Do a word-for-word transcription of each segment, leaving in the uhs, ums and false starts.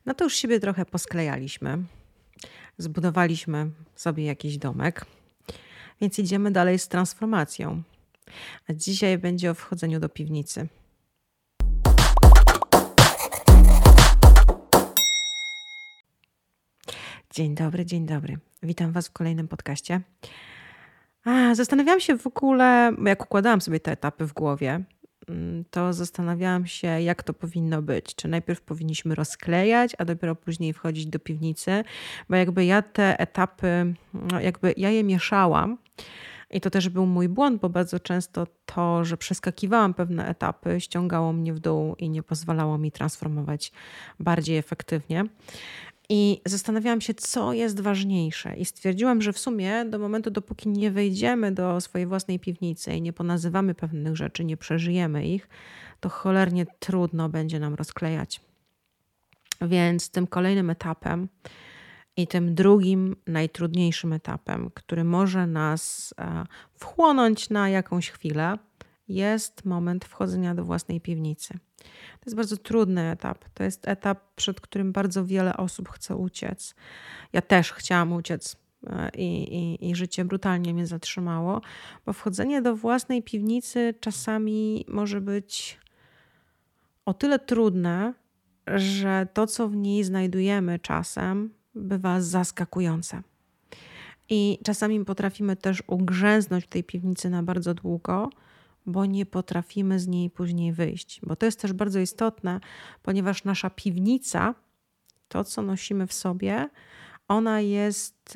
No to już siebie trochę posklejaliśmy. Zbudowaliśmy sobie jakiś domek, więc idziemy dalej z transformacją. A dzisiaj będzie o wchodzeniu do piwnicy. Dzień dobry, dzień dobry. Witam Was w kolejnym podcaście. A, zastanawiałam się w ogóle, bo jak układałam sobie te etapy w głowie, mm, to zastanawiałam się, jak to powinno być. Czy najpierw powinniśmy rozklejać, a dopiero później wchodzić do piwnicy, bo jakby ja te etapy, no jakby ja je mieszałam. I to też był mój błąd, bo bardzo często to, że przeskakiwałam pewne etapy, ściągało mnie w dół i nie pozwalało mi transformować bardziej efektywnie. I zastanawiałam się, co jest ważniejsze. I stwierdziłam, że w sumie do momentu, dopóki nie wejdziemy do swojej własnej piwnicy i nie ponazywamy pewnych rzeczy, nie przeżyjemy ich, to cholernie trudno będzie nam rozklejać. Więc tym kolejnym etapem i tym drugim, najtrudniejszym etapem, który może nas wchłonąć na jakąś chwilę, jest moment wchodzenia do własnej piwnicy. To jest bardzo trudny etap. To jest etap, przed którym bardzo wiele osób chce uciec. Ja też chciałam uciec i, i, i życie brutalnie mnie zatrzymało, bo wchodzenie do własnej piwnicy czasami może być o tyle trudne, że to, co w niej znajdujemy czasem, bywa zaskakujące. I czasami potrafimy też ugrzęznąć w tej piwnicy na bardzo długo, bo nie potrafimy z niej później wyjść. Bo to jest też bardzo istotne, ponieważ nasza piwnica, to co nosimy w sobie, ona jest,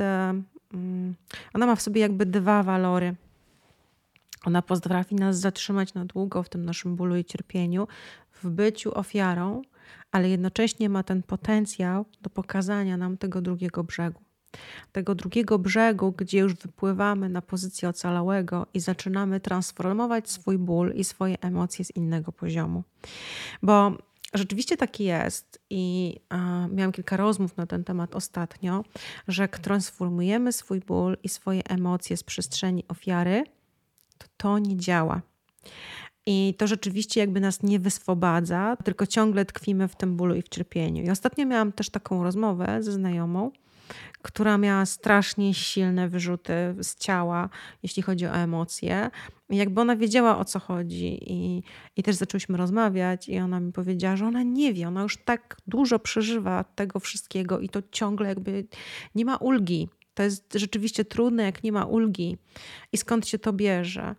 ona ma w sobie jakby dwa walory. Ona potrafi nas zatrzymać na długo w tym naszym bólu i cierpieniu, w byciu ofiarą, ale jednocześnie ma ten potencjał do pokazania nam tego drugiego brzegu. Tego drugiego brzegu, gdzie już wypływamy na pozycję ocalałego i zaczynamy transformować swój ból i swoje emocje z innego poziomu. Bo rzeczywiście tak jest i a, miałam kilka rozmów na ten temat ostatnio, że jak transformujemy swój ból i swoje emocje z przestrzeni ofiary, to to nie działa. I to rzeczywiście jakby nas nie wyswobadza, tylko ciągle tkwimy w tym bólu i w cierpieniu. I ostatnio miałam też taką rozmowę ze znajomą, która miała strasznie silne wyrzuty z ciała, jeśli chodzi o emocje. I jakby ona wiedziała, o co chodzi i, i też zaczęłyśmy rozmawiać i ona mi powiedziała, że ona nie wie, ona już tak dużo przeżywa tego wszystkiego i to ciągle jakby nie ma ulgi. To jest rzeczywiście trudne, jak nie ma ulgi i skąd się to bierze.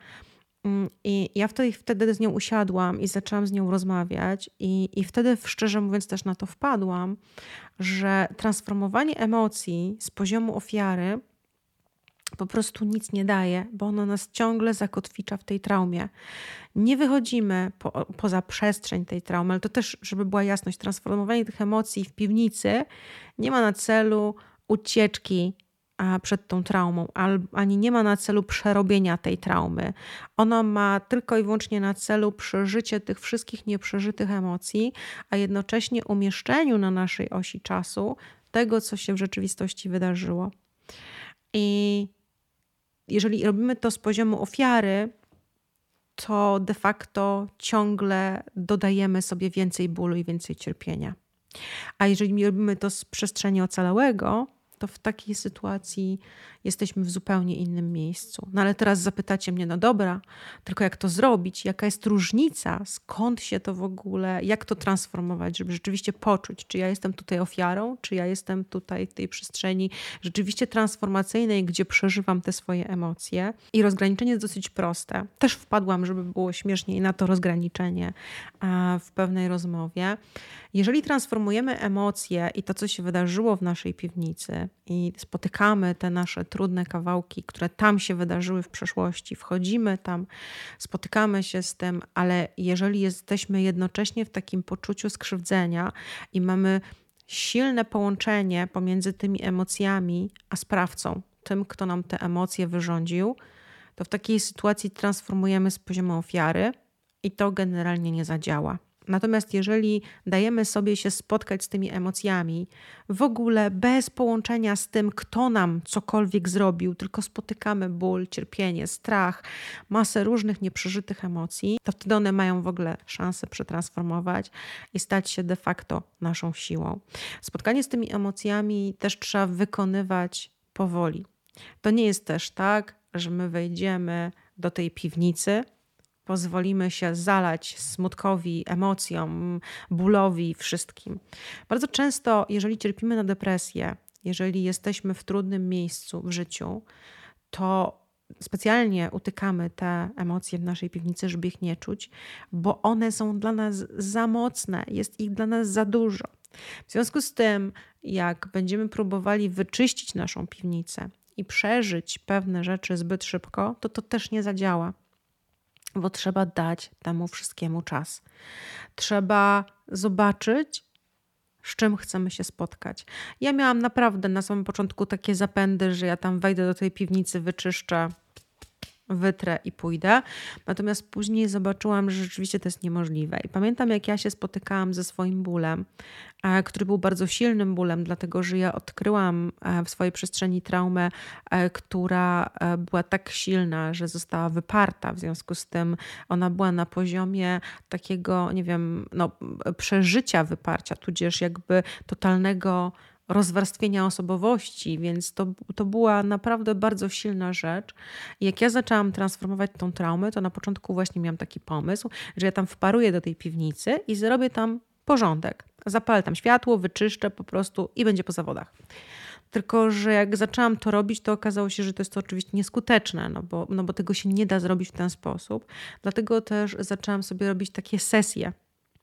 I ja wtedy, wtedy z nią usiadłam i zaczęłam z nią rozmawiać i, i wtedy szczerze mówiąc też na to wpadłam, że transformowanie emocji z poziomu ofiary po prostu nic nie daje, bo ono nas ciągle zakotwicza w tej traumie. Nie wychodzimy po, poza przestrzeń tej traumy, ale to też, żeby była jasność, transformowanie tych emocji w piwnicy nie ma na celu ucieczki przed tą traumą, ani nie ma na celu przerobienia tej traumy. Ono ma tylko i wyłącznie na celu przeżycie tych wszystkich nieprzeżytych emocji, a jednocześnie umieszczeniu na naszej osi czasu tego, co się w rzeczywistości wydarzyło. I jeżeli robimy to z poziomu ofiary, to de facto ciągle dodajemy sobie więcej bólu i więcej cierpienia. A jeżeli robimy to z przestrzeni ocalałego, to w takiej sytuacji jesteśmy w zupełnie innym miejscu. No ale teraz zapytacie mnie, no dobra, tylko jak to zrobić? Jaka jest różnica? Skąd się to w ogóle, jak to transformować, żeby rzeczywiście poczuć, czy ja jestem tutaj ofiarą, czy ja jestem tutaj w tej przestrzeni rzeczywiście transformacyjnej, gdzie przeżywam te swoje emocje. I rozgraniczenie jest dosyć proste. Też wpadłam, żeby było śmieszniej, na to rozgraniczenie w pewnej rozmowie. Jeżeli transformujemy emocje i to, co się wydarzyło w naszej piwnicy i spotykamy te nasze trudne kawałki, które tam się wydarzyły w przeszłości, wchodzimy tam, spotykamy się z tym, ale jeżeli jesteśmy jednocześnie w takim poczuciu skrzywdzenia i mamy silne połączenie pomiędzy tymi emocjami a sprawcą, tym, kto nam te emocje wyrządził, to w takiej sytuacji transformujemy z poziomu ofiary i to generalnie nie zadziała. Natomiast jeżeli dajemy sobie się spotkać z tymi emocjami, w ogóle bez połączenia z tym, kto nam cokolwiek zrobił, tylko spotykamy ból, cierpienie, strach, masę różnych nieprzeżytych emocji, to wtedy one mają w ogóle szansę przetransformować i stać się de facto naszą siłą. Spotkanie z tymi emocjami też trzeba wykonywać powoli. To nie jest też tak, że my wejdziemy do tej piwnicy, pozwolimy się zalać smutkowi, emocjom, bólowi, wszystkim. Bardzo często, jeżeli cierpimy na depresję, jeżeli jesteśmy w trudnym miejscu w życiu, to specjalnie utykamy te emocje w naszej piwnicy, żeby ich nie czuć, bo one są dla nas za mocne, jest ich dla nas za dużo. W związku z tym, jak będziemy próbowali wyczyścić naszą piwnicę i przeżyć pewne rzeczy zbyt szybko, to to też nie zadziała. Bo trzeba dać temu wszystkiemu czas. Trzeba zobaczyć, z czym chcemy się spotkać. Ja miałam naprawdę na samym początku takie zapędy, że ja tam wejdę do tej piwnicy, wyczyszczę, wytrę i pójdę. Natomiast później zobaczyłam, że rzeczywiście to jest niemożliwe. I pamiętam, jak ja się spotykałam ze swoim bólem, który był bardzo silnym bólem, dlatego że ja odkryłam w swojej przestrzeni traumę, która była tak silna, że została wyparta. W związku z tym ona była na poziomie takiego, nie wiem, no, przeżycia wyparcia, tudzież jakby totalnego rozwarstwienia osobowości, więc to, to była naprawdę bardzo silna rzecz. I jak ja zaczęłam transformować tą traumę, to na początku właśnie miałam taki pomysł, że ja tam wparuję do tej piwnicy i zrobię tam porządek. Zapalę tam światło, wyczyszczę po prostu i będzie po zawodach. Tylko że jak zaczęłam to robić, to okazało się, że to jest to oczywiście nieskuteczne, no bo, no bo tego się nie da zrobić w ten sposób. Dlatego też zaczęłam sobie robić takie sesje.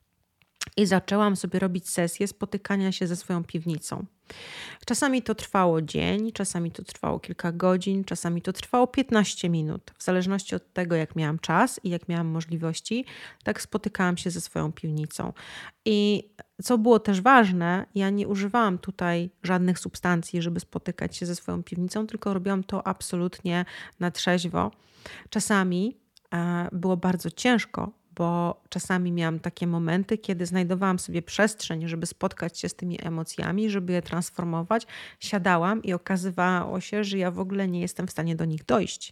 I zaczęłam sobie robić sesje spotykania się ze swoją piwnicą. Czasami to trwało dzień, czasami to trwało kilka godzin, czasami to trwało piętnaście minut. W zależności od tego, jak miałam czas i jak miałam możliwości, tak spotykałam się ze swoją piwnicą. I co było też ważne, ja nie używałam tutaj żadnych substancji, żeby spotykać się ze swoją piwnicą, tylko robiłam to absolutnie na trzeźwo. Czasami e, było bardzo ciężko, bo czasami miałam takie momenty, kiedy znajdowałam sobie przestrzeń, żeby spotkać się z tymi emocjami, żeby je transformować. Siadałam i okazywało się, że ja w ogóle nie jestem w stanie do nich dojść.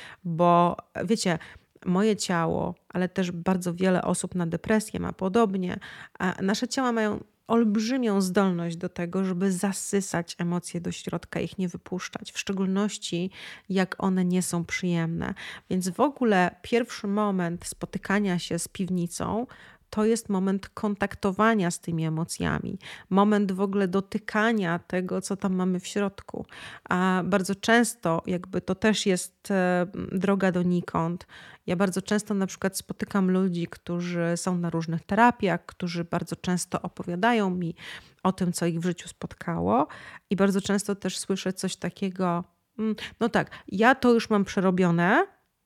Bo wiecie, moje ciało, ale też bardzo wiele osób na depresję ma podobnie. A nasze ciała mają olbrzymią zdolność do tego, żeby zasysać emocje do środka, ich nie wypuszczać, w szczególności jak one nie są przyjemne. Więc w ogóle pierwszy moment spotykania się z piwnicą to jest moment kontaktowania z tymi emocjami, moment w ogóle dotykania tego, co tam mamy w środku. A bardzo często jakby to też jest e, droga donikąd. Ja bardzo często na przykład spotykam ludzi, którzy są na różnych terapiach, którzy bardzo często opowiadają mi o tym, co ich w życiu spotkało i bardzo często też słyszę coś takiego, no tak, ja to już mam przerobione,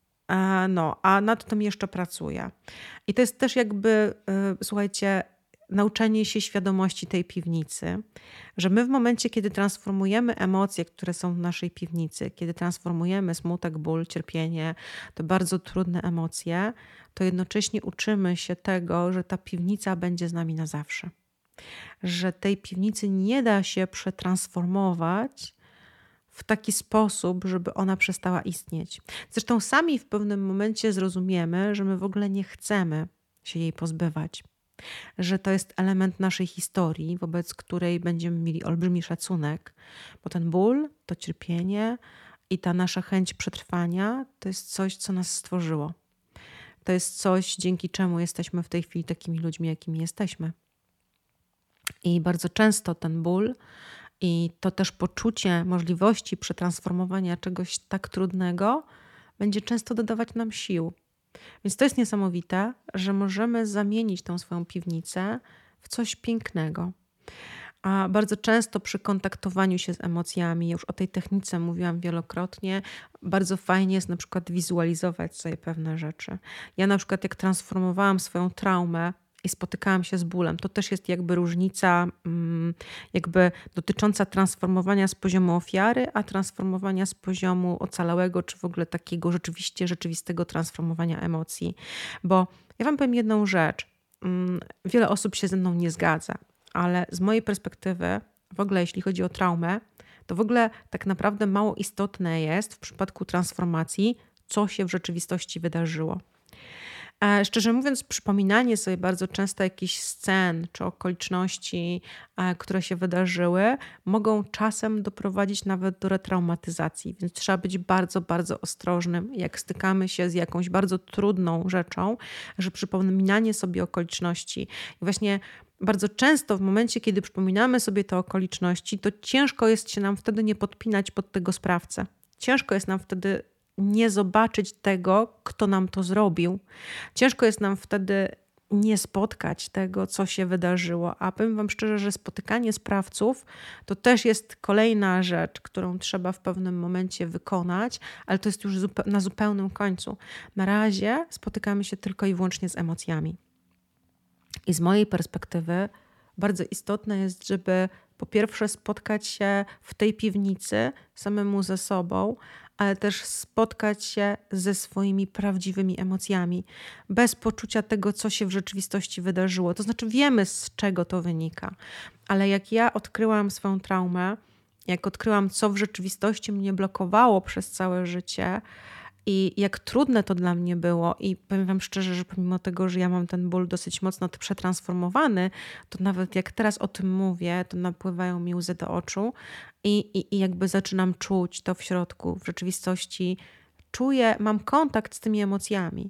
no, a nad tym jeszcze pracuję. I to jest też jakby, słuchajcie, nauczenie się świadomości tej piwnicy, że my w momencie, kiedy transformujemy emocje, które są w naszej piwnicy, kiedy transformujemy smutek, ból, cierpienie, to bardzo trudne emocje, to jednocześnie uczymy się tego, że ta piwnica będzie z nami na zawsze. Że tej piwnicy nie da się przetransformować w taki sposób, żeby ona przestała istnieć. Zresztą sami w pewnym momencie zrozumiemy, że my w ogóle nie chcemy się jej pozbywać. Że to jest element naszej historii, wobec której będziemy mieli olbrzymi szacunek, bo ten ból, to cierpienie i ta nasza chęć przetrwania to jest coś, co nas stworzyło. To jest coś, dzięki czemu jesteśmy w tej chwili takimi ludźmi, jakimi jesteśmy. I bardzo często ten ból i to też poczucie możliwości przetransformowania czegoś tak trudnego będzie często dodawać nam sił. Więc to jest niesamowite, że możemy zamienić tą swoją piwnicę w coś pięknego. A bardzo często przy kontaktowaniu się z emocjami, już o tej technice mówiłam wielokrotnie, bardzo fajnie jest na przykład wizualizować sobie pewne rzeczy. Ja na przykład jak transformowałam swoją traumę i spotykałam się z bólem, to też jest jakby różnica jakby dotycząca transformowania z poziomu ofiary, a transformowania z poziomu ocalałego, czy w ogóle takiego rzeczywiście rzeczywistego transformowania emocji. Bo ja wam powiem jedną rzecz. mm, wiele osób się ze mną nie zgadza, ale z mojej perspektywy, w ogóle jeśli chodzi o traumę, to w ogóle tak naprawdę mało istotne jest w przypadku transformacji, co się w rzeczywistości wydarzyło. E, Szczerze mówiąc, przypominanie sobie bardzo często jakichś scen czy okoliczności, e, które się wydarzyły, mogą czasem doprowadzić nawet do retraumatyzacji, więc trzeba być bardzo, bardzo ostrożnym, jak stykamy się z jakąś bardzo trudną rzeczą, że przypominanie sobie okoliczności i właśnie bardzo często w momencie, kiedy przypominamy sobie te okoliczności, to ciężko jest się nam wtedy nie podpinać pod tego sprawcę. Ciężko jest nam wtedy nie zobaczyć tego, kto nam to zrobił. Ciężko jest nam wtedy nie spotkać tego, co się wydarzyło. A powiem wam szczerze, że spotykanie sprawców to też jest kolejna rzecz, którą trzeba w pewnym momencie wykonać, ale to jest już na zupełnym końcu. Na razie spotykamy się tylko i wyłącznie z emocjami. I z mojej perspektywy bardzo istotne jest, żeby po pierwsze spotkać się w tej piwnicy samemu ze sobą, ale też spotkać się ze swoimi prawdziwymi emocjami, bez poczucia tego, co się w rzeczywistości wydarzyło. To znaczy wiemy, z czego to wynika, ale jak ja odkryłam swoją traumę, jak odkryłam, co w rzeczywistości mnie blokowało przez całe życie, i jak trudne to dla mnie było i powiem wam szczerze, że pomimo tego, że ja mam ten ból dosyć mocno przetransformowany, to nawet jak teraz o tym mówię, to napływają mi łzy do oczu i, i, i jakby zaczynam czuć to w środku. W rzeczywistości czuję, mam kontakt z tymi emocjami.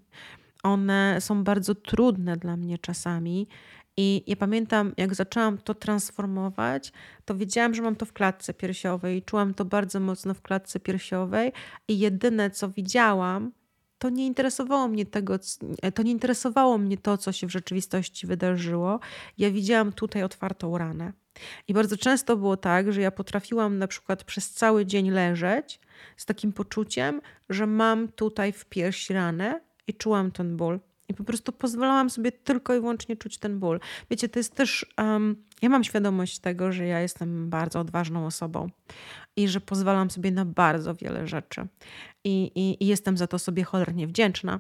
One są bardzo trudne dla mnie czasami i ja pamiętam, jak zaczęłam to transformować, to wiedziałam, że mam to w klatce piersiowej. Czułam to bardzo mocno w klatce piersiowej i jedyne, co widziałam, to nie interesowało mnie tego, to nie interesowało mnie to, co się w rzeczywistości wydarzyło. Ja widziałam tutaj otwartą ranę. I bardzo często było tak, że ja potrafiłam na przykład przez cały dzień leżeć z takim poczuciem, że mam tutaj w piersi ranę i czułam ten ból. I po prostu pozwalałam sobie tylko i wyłącznie czuć ten ból. Wiecie, to jest też... Um, ja mam świadomość tego, że ja jestem bardzo odważną osobą i że pozwalam sobie na bardzo wiele rzeczy. I, i, i jestem za to sobie cholernie wdzięczna.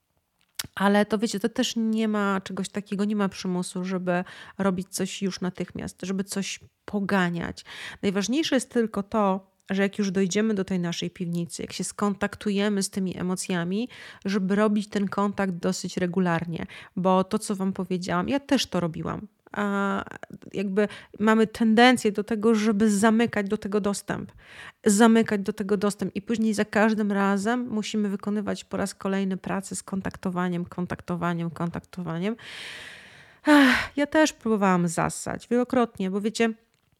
Ale to wiecie, to też nie ma czegoś takiego, nie ma przymusu, żeby robić coś już natychmiast, żeby coś poganiać. Najważniejsze jest tylko to, że jak już dojdziemy do tej naszej piwnicy, jak się skontaktujemy z tymi emocjami, żeby robić ten kontakt dosyć regularnie, bo to, co wam powiedziałam, ja też to robiłam. A jakby mamy tendencję do tego, żeby zamykać do tego dostęp. Zamykać do tego dostęp i później za każdym razem musimy wykonywać po raz kolejny pracę z kontaktowaniem, kontaktowaniem, kontaktowaniem. Ach, ja też próbowałam zassać wielokrotnie, bo wiecie,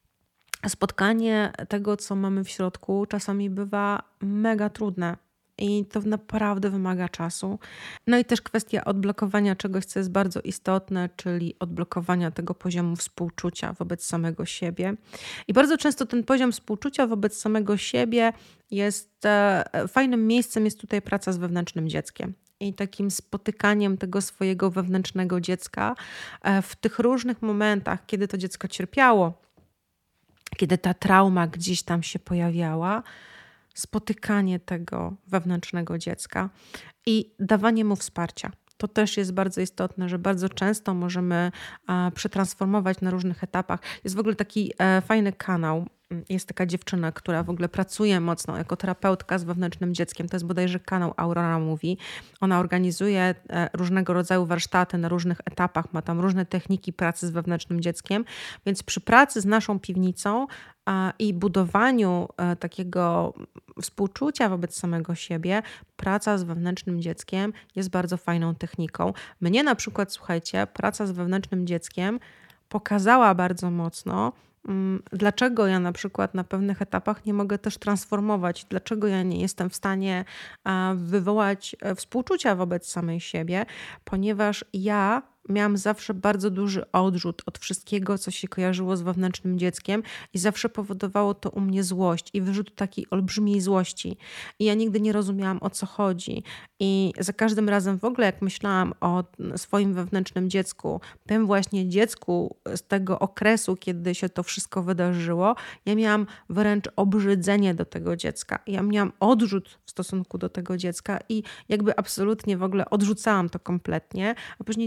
spotkanie tego, co mamy w środku, czasami bywa mega trudne i to naprawdę wymaga czasu. No i też kwestia odblokowania czegoś, co jest bardzo istotne, czyli odblokowania tego poziomu współczucia wobec samego siebie. I bardzo często ten poziom współczucia wobec samego siebie jest e, fajnym miejscem, jest tutaj praca z wewnętrznym dzieckiem. I takim spotykaniem tego swojego wewnętrznego dziecka e, w tych różnych momentach, kiedy to dziecko cierpiało, kiedy ta trauma gdzieś tam się pojawiała, spotykanie tego wewnętrznego dziecka i dawanie mu wsparcia. To też jest bardzo istotne, że bardzo często możemy a, przetransformować na różnych etapach. Jest w ogóle taki e, fajny kanał. Jest taka dziewczyna, która w ogóle pracuje mocno jako terapeutka z wewnętrznym dzieckiem. To jest bodajże kanał Aurora Mówi. Ona organizuje różnego rodzaju warsztaty na różnych etapach. Ma tam różne techniki pracy z wewnętrznym dzieckiem. Więc przy pracy z naszą piwnicą a, i budowaniu a, takiego współczucia wobec samego siebie, praca z wewnętrznym dzieckiem jest bardzo fajną techniką. Mnie na przykład, słuchajcie, praca z wewnętrznym dzieckiem pokazała bardzo mocno, dlaczego ja na przykład na pewnych etapach nie mogę też transformować, dlaczego ja nie jestem w stanie wywołać współczucia wobec samej siebie, ponieważ ja miałam zawsze bardzo duży odrzut od wszystkiego, co się kojarzyło z wewnętrznym dzieckiem i zawsze powodowało to u mnie złość i wyrzut takiej olbrzymiej złości. I ja nigdy nie rozumiałam, o co chodzi. I za każdym razem w ogóle, jak myślałam o swoim wewnętrznym dziecku, tym właśnie dziecku z tego okresu, kiedy się to wszystko wydarzyło, ja miałam wręcz obrzydzenie do tego dziecka. Ja miałam odrzut w stosunku do tego dziecka i jakby absolutnie w ogóle odrzucałam to kompletnie, a później to bardzo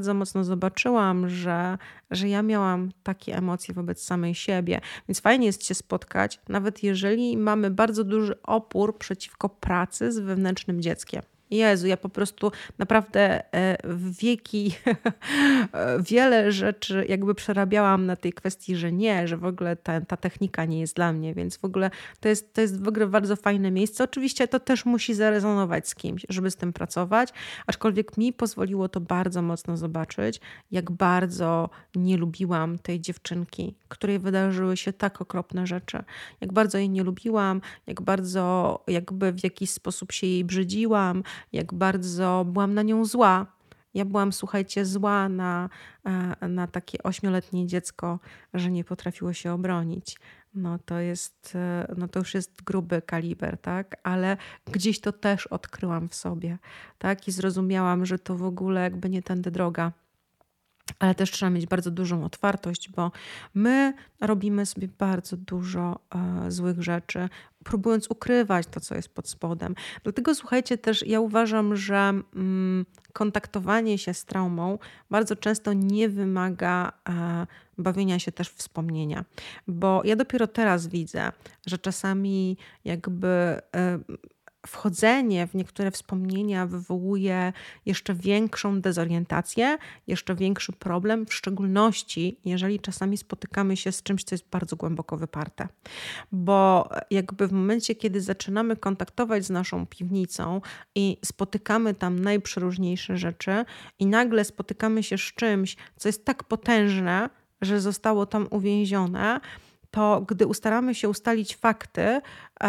bardzo mocno zobaczyłam, że, że ja miałam takie emocje wobec samej siebie. Więc fajnie jest się spotkać, nawet jeżeli mamy bardzo duży opór przeciwko pracy z wewnętrznym dzieckiem. Jezu, ja po prostu naprawdę e, w wieki e, wiele rzeczy jakby przerabiałam na tej kwestii, że nie, że w ogóle ta, ta technika nie jest dla mnie, więc w ogóle to jest, to jest w ogóle bardzo fajne miejsce. Oczywiście to też musi zarezonować z kimś, żeby z tym pracować, aczkolwiek mi pozwoliło to bardzo mocno zobaczyć, jak bardzo nie lubiłam tej dziewczynki, której wydarzyły się tak okropne rzeczy. Jak bardzo jej nie lubiłam, jak bardzo jakby w jakiś sposób się jej brzydziłam, jak bardzo byłam na nią zła. Ja byłam, słuchajcie, zła na, na takie ośmioletnie dziecko, że nie potrafiło się obronić. No to jest, no to już jest gruby kaliber, tak? Ale gdzieś to też odkryłam w sobie, tak? I zrozumiałam, że to w ogóle jakby nie tędy droga. Ale też trzeba mieć bardzo dużą otwartość, bo my robimy sobie bardzo dużo e, złych rzeczy, próbując ukrywać to, co jest pod spodem. Dlatego słuchajcie, też ja uważam, że mm, kontaktowanie się z traumą bardzo często nie wymaga e, bawienia się też w wspomnienia. Bo ja dopiero teraz widzę, że czasami jakby e, wchodzenie w niektóre wspomnienia wywołuje jeszcze większą dezorientację, jeszcze większy problem, w szczególności jeżeli czasami spotykamy się z czymś, co jest bardzo głęboko wyparte. Bo jakby w momencie, kiedy zaczynamy kontaktować z naszą piwnicą i spotykamy tam najprzeróżniejsze rzeczy i nagle spotykamy się z czymś, co jest tak potężne, że zostało tam uwięzione, to gdy ustaramy się ustalić fakty,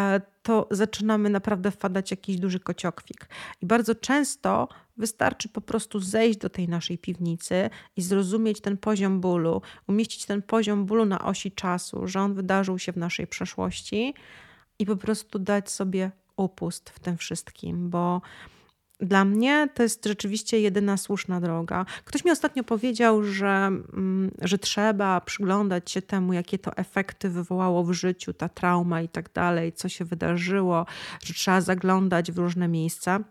to zaczynamy naprawdę wpadać w jakiś duży kociokwik. I bardzo często wystarczy po prostu zejść do tej naszej piwnicy i zrozumieć ten poziom bólu, umieścić ten poziom bólu na osi czasu, że on wydarzył się w naszej przeszłości i po prostu dać sobie upust w tym wszystkim, bo dla mnie to jest rzeczywiście jedyna słuszna droga. Ktoś mi ostatnio powiedział, że, że trzeba przyglądać się temu, jakie to efekty wywołało w życiu, ta trauma i tak dalej, co się wydarzyło, że trzeba zaglądać w różne miejsca.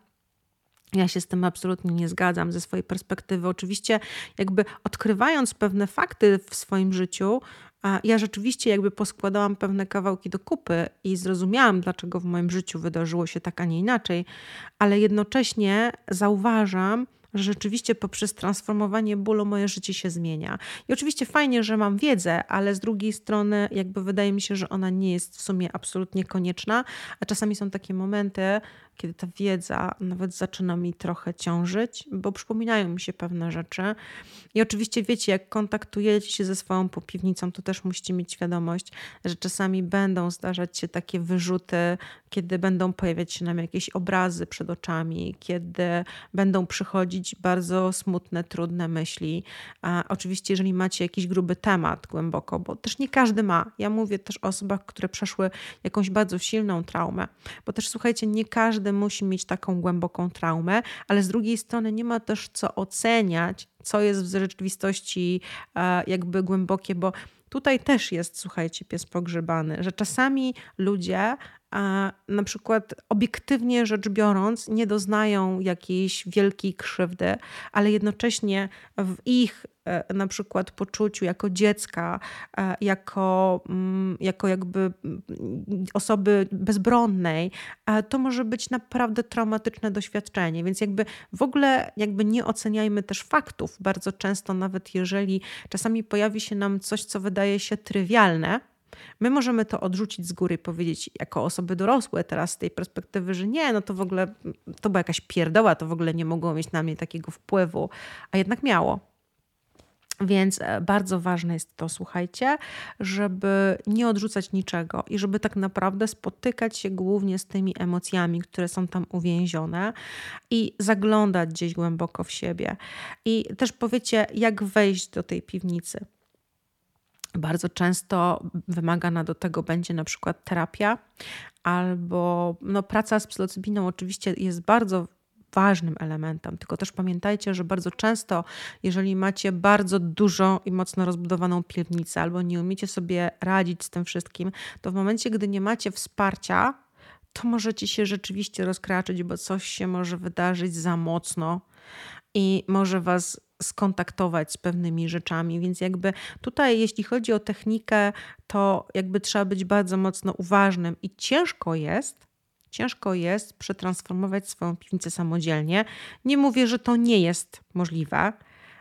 Ja się z tym absolutnie nie zgadzam ze swojej perspektywy. Oczywiście jakby odkrywając pewne fakty w swoim życiu, ja rzeczywiście jakby poskładałam pewne kawałki do kupy i zrozumiałam, dlaczego w moim życiu wydarzyło się tak, a nie inaczej, ale jednocześnie zauważam, że rzeczywiście poprzez transformowanie bólu moje życie się zmienia. I oczywiście fajnie, że mam wiedzę, ale z drugiej strony jakby wydaje mi się, że ona nie jest w sumie absolutnie konieczna, a czasami są takie momenty, kiedy ta wiedza nawet zaczyna mi trochę ciążyć, bo przypominają mi się pewne rzeczy. I oczywiście wiecie, jak kontaktujecie się ze swoją piwnicą, to też musicie mieć świadomość, że czasami będą zdarzać się takie wyrzuty, kiedy będą pojawiać się nam jakieś obrazy przed oczami, kiedy będą przychodzić bardzo smutne, trudne myśli. A oczywiście, jeżeli macie jakiś gruby temat głęboko, bo też nie każdy ma. Ja mówię też o osobach, które przeszły jakąś bardzo silną traumę, bo też słuchajcie, nie każdy musi mieć taką głęboką traumę, ale z drugiej strony nie ma też co oceniać, co jest w rzeczywistości jakby głębokie, bo tutaj też jest, słuchajcie, pies pogrzebany, że czasami ludzie a na przykład obiektywnie rzecz biorąc nie doznają jakiejś wielkiej krzywdy, ale jednocześnie w ich na przykład poczuciu jako dziecka, jako, jako jakby osoby bezbronnej, to może być naprawdę traumatyczne doświadczenie. Więc jakby w ogóle jakby nie oceniajmy też faktów. Bardzo często nawet jeżeli czasami pojawi się nam coś, co wydaje się trywialne, my możemy to odrzucić z góry i powiedzieć jako osoby dorosłe teraz z tej perspektywy, że nie, no to w ogóle to była jakaś pierdoła, to w ogóle nie mogło mieć na mnie takiego wpływu, a jednak miało. Więc bardzo ważne jest to, słuchajcie, żeby nie odrzucać niczego i żeby tak naprawdę spotykać się głównie z tymi emocjami, które są tam uwięzione i zaglądać gdzieś głęboko w siebie. I też powiecie, jak wejść do tej piwnicy. Bardzo często wymagana do tego będzie na przykład terapia albo no, praca z psylocybiną oczywiście jest bardzo ważnym elementem, tylko też pamiętajcie, że bardzo często, jeżeli macie bardzo dużo i mocno rozbudowaną piwnicę albo nie umiecie sobie radzić z tym wszystkim, to w momencie, gdy nie macie wsparcia, to możecie się rzeczywiście rozkraczyć, bo coś się może wydarzyć za mocno i może was skontaktować z pewnymi rzeczami, więc jakby tutaj, jeśli chodzi o technikę, to jakby trzeba być bardzo mocno uważnym i ciężko jest, ciężko jest przetransformować swoją piwnicę samodzielnie. Nie mówię, że to nie jest możliwe,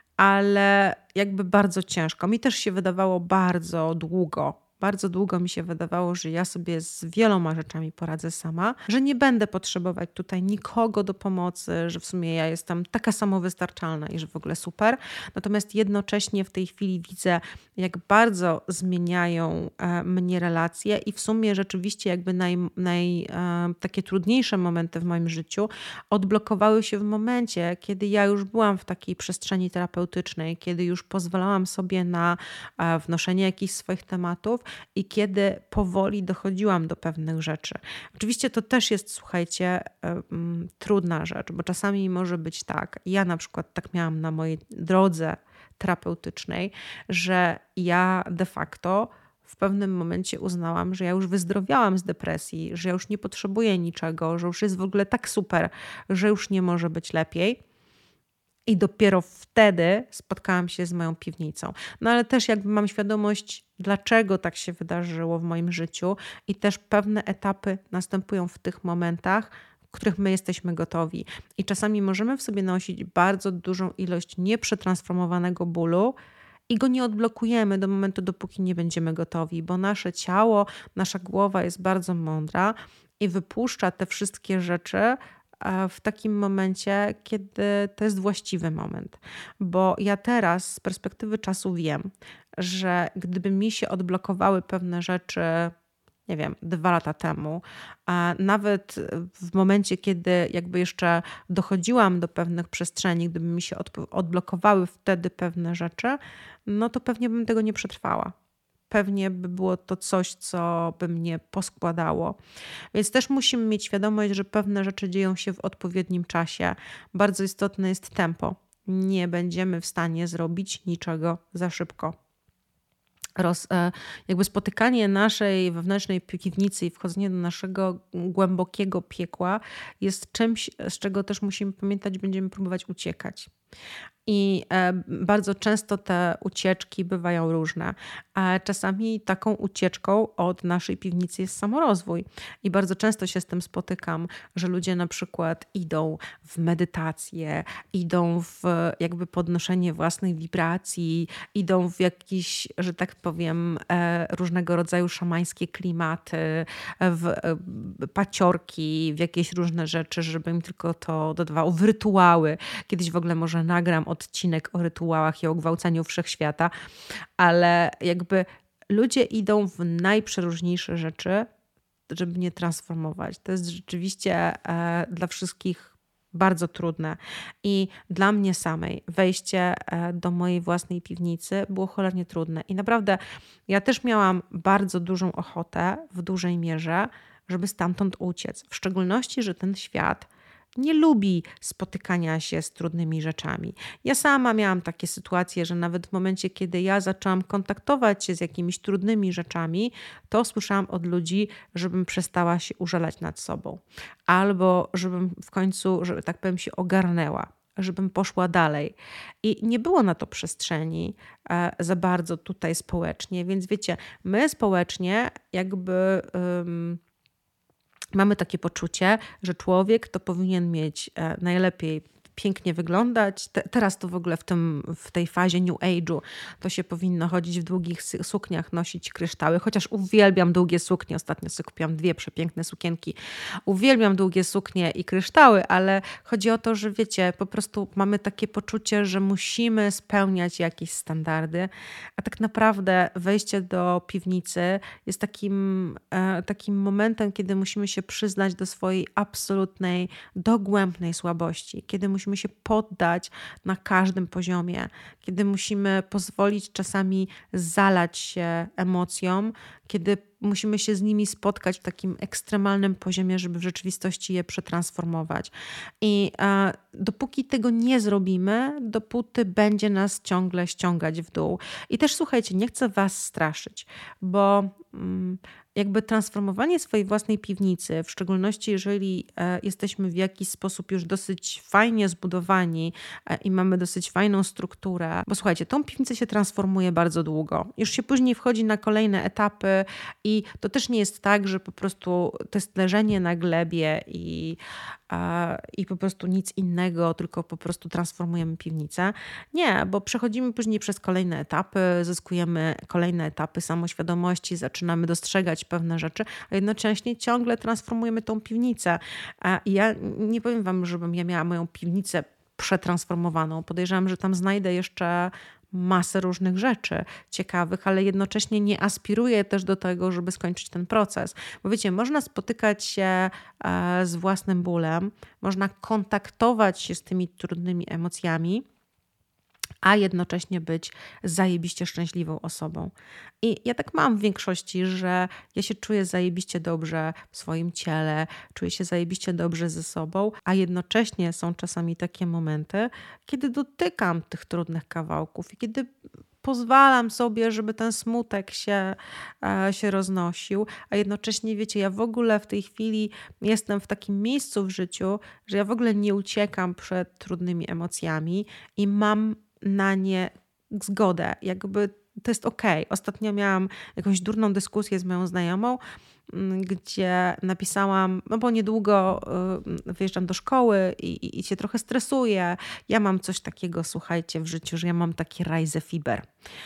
ale jakby bardzo ciężko. Mi też się wydawało bardzo długo, bardzo długo mi się wydawało, że ja sobie z wieloma rzeczami poradzę sama, że nie będę potrzebować tutaj nikogo do pomocy, że w sumie ja jestem taka samowystarczalna i że w ogóle super. Natomiast jednocześnie w tej chwili widzę, jak bardzo zmieniają e, mnie relacje i w sumie rzeczywiście jakby naj, naj, e, takie trudniejsze momenty w moim życiu odblokowały się w momencie, kiedy ja już byłam w takiej przestrzeni terapeutycznej, kiedy już pozwalałam sobie na e, wnoszenie jakichś swoich tematów, i kiedy powoli dochodziłam do pewnych rzeczy. Oczywiście to też jest, słuchajcie, um, trudna rzecz, bo czasami może być tak, ja na przykład tak miałam na mojej drodze terapeutycznej, że ja de facto w pewnym momencie uznałam, że ja już wyzdrowiałam z depresji, że ja już nie potrzebuję niczego, że już jest w ogóle tak super, że już nie może być lepiej. I dopiero wtedy spotkałam się z moją piwnicą. No ale też jakby mam świadomość, dlaczego tak się wydarzyło w moim życiu i też pewne etapy następują w tych momentach, w których my jesteśmy gotowi. I czasami możemy w sobie nosić bardzo dużą ilość nieprzetransformowanego bólu i go nie odblokujemy do momentu, dopóki nie będziemy gotowi, bo nasze ciało, nasza głowa jest bardzo mądra i wypuszcza te wszystkie rzeczy w takim momencie, kiedy to jest właściwy moment. Bo ja teraz z perspektywy czasu wiem, że gdyby mi się odblokowały pewne rzeczy, nie wiem, dwa lata temu, a nawet w momencie, kiedy jakby jeszcze dochodziłam do pewnych przestrzeni, gdyby mi się odblokowały wtedy pewne rzeczy, no to pewnie bym tego nie przetrwała. Pewnie by było to coś, co by mnie poskładało. Więc też musimy mieć świadomość, że pewne rzeczy dzieją się w odpowiednim czasie. Bardzo istotne jest tempo. Nie będziemy w stanie zrobić niczego za szybko. Roz, jakby spotykanie naszej wewnętrznej piwnicy i wchodzenie do naszego głębokiego piekła jest czymś, z czego też musimy pamiętać, będziemy próbować uciekać. I bardzo często te ucieczki bywają różne. A czasami taką ucieczką od naszej piwnicy jest samorozwój. I bardzo często się z tym spotykam, że ludzie na przykład idą w medytację, idą w jakby podnoszenie własnych wibracji, idą w jakieś, że tak powiem, różnego rodzaju szamańskie klimaty, w paciorki, w jakieś różne rzeczy, żeby im tylko to dodawało, w rytuały. Kiedyś w ogóle może nagram odcinek o rytuałach i o gwałceniu wszechświata, ale jakby ludzie idą w najprzeróżniejsze rzeczy, żeby nie transformować. To jest rzeczywiście e, dla wszystkich bardzo trudne. I dla mnie samej wejście e, do mojej własnej piwnicy było cholernie trudne. I naprawdę ja też miałam bardzo dużą ochotę w dużej mierze, żeby stamtąd uciec. W szczególności, że ten świat nie lubi spotykania się z trudnymi rzeczami. Ja sama miałam takie sytuacje, że nawet w momencie, kiedy ja zaczęłam kontaktować się z jakimiś trudnymi rzeczami, to słyszałam od ludzi, żebym przestała się użalać nad sobą. Albo żebym w końcu, że tak powiem, się ogarnęła, żebym poszła dalej. I nie było na to przestrzeni e, za bardzo tutaj społecznie, więc wiecie, my społecznie jakby... Um, Mamy takie poczucie, że człowiek to powinien mieć najlepiej pięknie wyglądać. Te, teraz to w ogóle w, tym, w tej fazie New Age'u to się powinno chodzić w długich sukniach, nosić kryształy, chociaż uwielbiam długie suknie. Ostatnio sobie kupiłam dwie przepiękne sukienki. Uwielbiam długie suknie i kryształy, ale chodzi o to, że wiecie, po prostu mamy takie poczucie, że musimy spełniać jakieś standardy, a tak naprawdę wejście do piwnicy jest takim, e, takim momentem, kiedy musimy się przyznać do swojej absolutnej, dogłębnej słabości, kiedy musimy się poddać na każdym poziomie, kiedy musimy pozwolić czasami zalać się emocjom, kiedy musimy się z nimi spotkać w takim ekstremalnym poziomie, żeby w rzeczywistości je przetransformować. I e, dopóki tego nie zrobimy, dopóty będzie nas ciągle ściągać w dół. I też słuchajcie, nie chcę was straszyć, bo mm, jakby transformowanie swojej własnej piwnicy, w szczególności jeżeli e, jesteśmy w jakiś sposób już dosyć fajnie zbudowani e, i mamy dosyć fajną strukturę, bo słuchajcie, tą piwnicę się transformuje bardzo długo. Już się później wchodzi na kolejne etapy i to też nie jest tak, że po prostu to jest leżenie na glebie i, e, i po prostu nic innego, tylko po prostu transformujemy piwnicę. Nie, bo przechodzimy później przez kolejne etapy, zyskujemy kolejne etapy samoświadomości, zaczynamy dostrzegać pewne rzeczy, a jednocześnie ciągle transformujemy tą piwnicę. I ja nie powiem wam, żebym ja miała moją piwnicę przetransformowaną. Podejrzewam, że tam znajdę jeszcze masę różnych rzeczy ciekawych, ale jednocześnie nie aspiruję też do tego, żeby skończyć ten proces. Bo wiecie, można spotykać się z własnym bólem, można kontaktować się z tymi trudnymi emocjami, a jednocześnie być zajebiście szczęśliwą osobą. I ja tak mam w większości, że ja się czuję zajebiście dobrze w swoim ciele, czuję się zajebiście dobrze ze sobą, a jednocześnie są czasami takie momenty, kiedy dotykam tych trudnych kawałków i kiedy pozwalam sobie, żeby ten smutek się, e, się roznosił, a jednocześnie wiecie, ja w ogóle w tej chwili jestem w takim miejscu w życiu, że ja w ogóle nie uciekam przed trudnymi emocjami i mam na nie zgodę. Jakby to jest okej. Ostatnio miałam jakąś durną dyskusję z moją znajomą, gdzie napisałam, no bo niedługo wyjeżdżam do szkoły i, i, i się trochę stresuję. Ja mam coś takiego, słuchajcie, w życiu, że ja mam taki Reisefiber.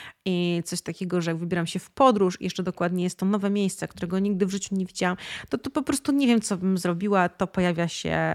I coś takiego, że jak wybieram się w podróż, jeszcze dokładnie jest to nowe miejsce, którego nigdy w życiu nie widziałam, to, to po prostu nie wiem, co bym zrobiła, to pojawia się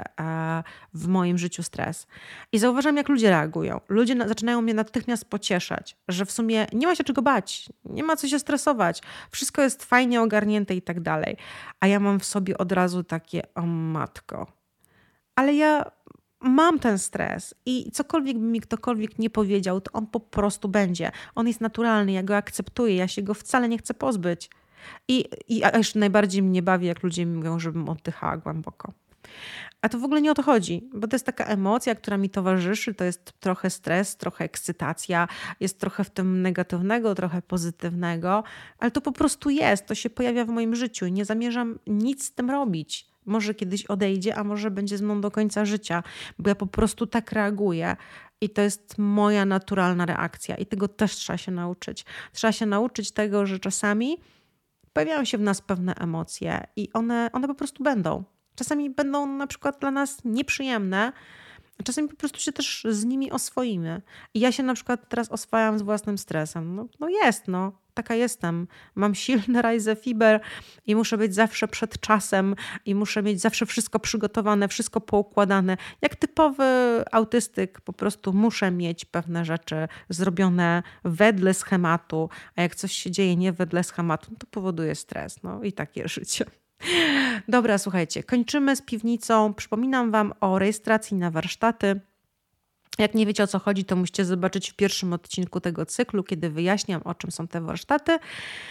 w moim życiu stres. I zauważam, jak ludzie reagują. Ludzie na, zaczynają mnie natychmiast pocieszać, że w sumie nie ma się czego bać, nie ma co się stresować, wszystko jest fajnie ogarnięte i tak dalej. A ja mam w sobie od razu takie, o matko, ale ja mam ten stres i cokolwiek by mi ktokolwiek nie powiedział, to on po prostu będzie. On jest naturalny, ja go akceptuję, ja się go wcale nie chcę pozbyć. I, i a jeszcze najbardziej mnie bawi, jak ludzie mi mówią, żebym oddychała głęboko. A to w ogóle nie o to chodzi, bo to jest taka emocja, która mi towarzyszy, to jest trochę stres, trochę ekscytacja, jest trochę w tym negatywnego, trochę pozytywnego, ale to po prostu jest, to się pojawia w moim życiu i nie zamierzam nic z tym robić. Może kiedyś odejdzie, a może będzie z mną do końca życia, bo ja po prostu tak reaguję i to jest moja naturalna reakcja i tego też trzeba się nauczyć. Trzeba się nauczyć tego, że czasami pojawiają się w nas pewne emocje i one, one po prostu będą. Czasami będą na przykład dla nas nieprzyjemne, a czasami po prostu się też z nimi oswoimy. I ja się na przykład teraz oswajam z własnym stresem. No, no jest, no. Taka jestem. Mam silny Reisefiber i muszę być zawsze przed czasem i muszę mieć zawsze wszystko przygotowane, wszystko poukładane. Jak typowy autystyk po prostu muszę mieć pewne rzeczy zrobione wedle schematu, a jak coś się dzieje nie wedle schematu, to powoduje stres. No i takie życie. Dobra, słuchajcie, kończymy z piwnicą. Przypominam wam o rejestracji na warsztaty. Jak nie wiecie, o co chodzi, to musicie zobaczyć w pierwszym odcinku tego cyklu, kiedy wyjaśniam, o czym są te warsztaty.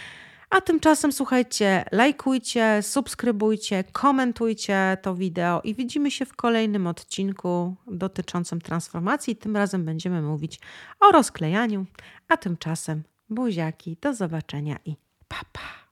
A tymczasem słuchajcie, lajkujcie, subskrybujcie, komentujcie to wideo i widzimy się w kolejnym odcinku dotyczącym transformacji. Tym razem będziemy mówić o rozklejaniu, a tymczasem buziaki, do zobaczenia i pa pa.